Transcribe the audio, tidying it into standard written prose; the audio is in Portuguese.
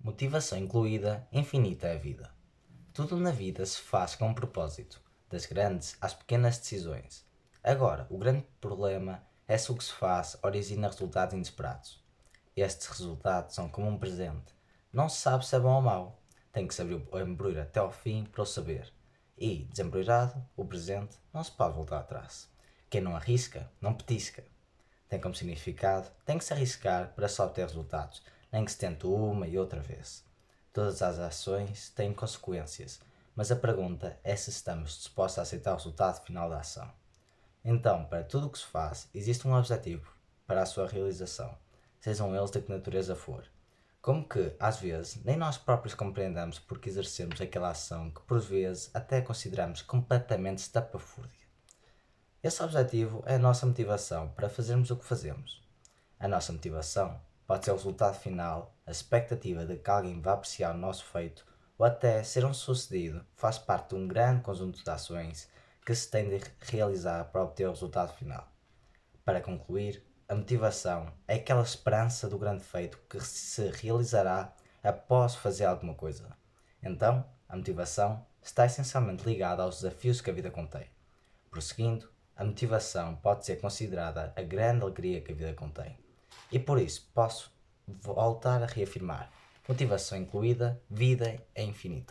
Motivação incluída, infinita é a vida. Tudo na vida se faz com um propósito, das grandes às pequenas decisões. Agora, o grande problema é se o que se faz origina resultados inesperados. Estes resultados são como um presente. Não se sabe se é bom ou mau. Tem que se abrir o embrulho até ao fim para o saber. E, desembrulhado, o presente não se pode voltar atrás. Quem não arrisca, não petisca. Tem como significado, tem que se arriscar para só obter resultados, nem que se tente uma e outra vez. Todas as ações têm consequências, mas a pergunta é se estamos dispostos a aceitar o resultado final da ação. Então, para tudo o que se faz, existe um objetivo para a sua realização, sejam eles de que natureza for. Como que, às vezes, nem nós próprios compreendemos porque exercemos aquela ação que, por vezes, até consideramos completamente estapafúrdia. Esse objetivo é a nossa motivação para fazermos o que fazemos. A nossa motivação pode ser o resultado final, a expectativa de que alguém vá apreciar o nosso feito ou até ser um sucedido faz parte de um grande conjunto de ações que se tem de realizar para obter o resultado final. Para concluir, a motivação é aquela esperança do grande feito que se realizará após fazer alguma coisa. Então, a motivação está essencialmente ligada aos desafios que a vida contém. Prosseguindo, a motivação pode ser considerada a grande alegria que a vida contém. E por isso posso voltar a reafirmar: motivação incluída, vida é infinita.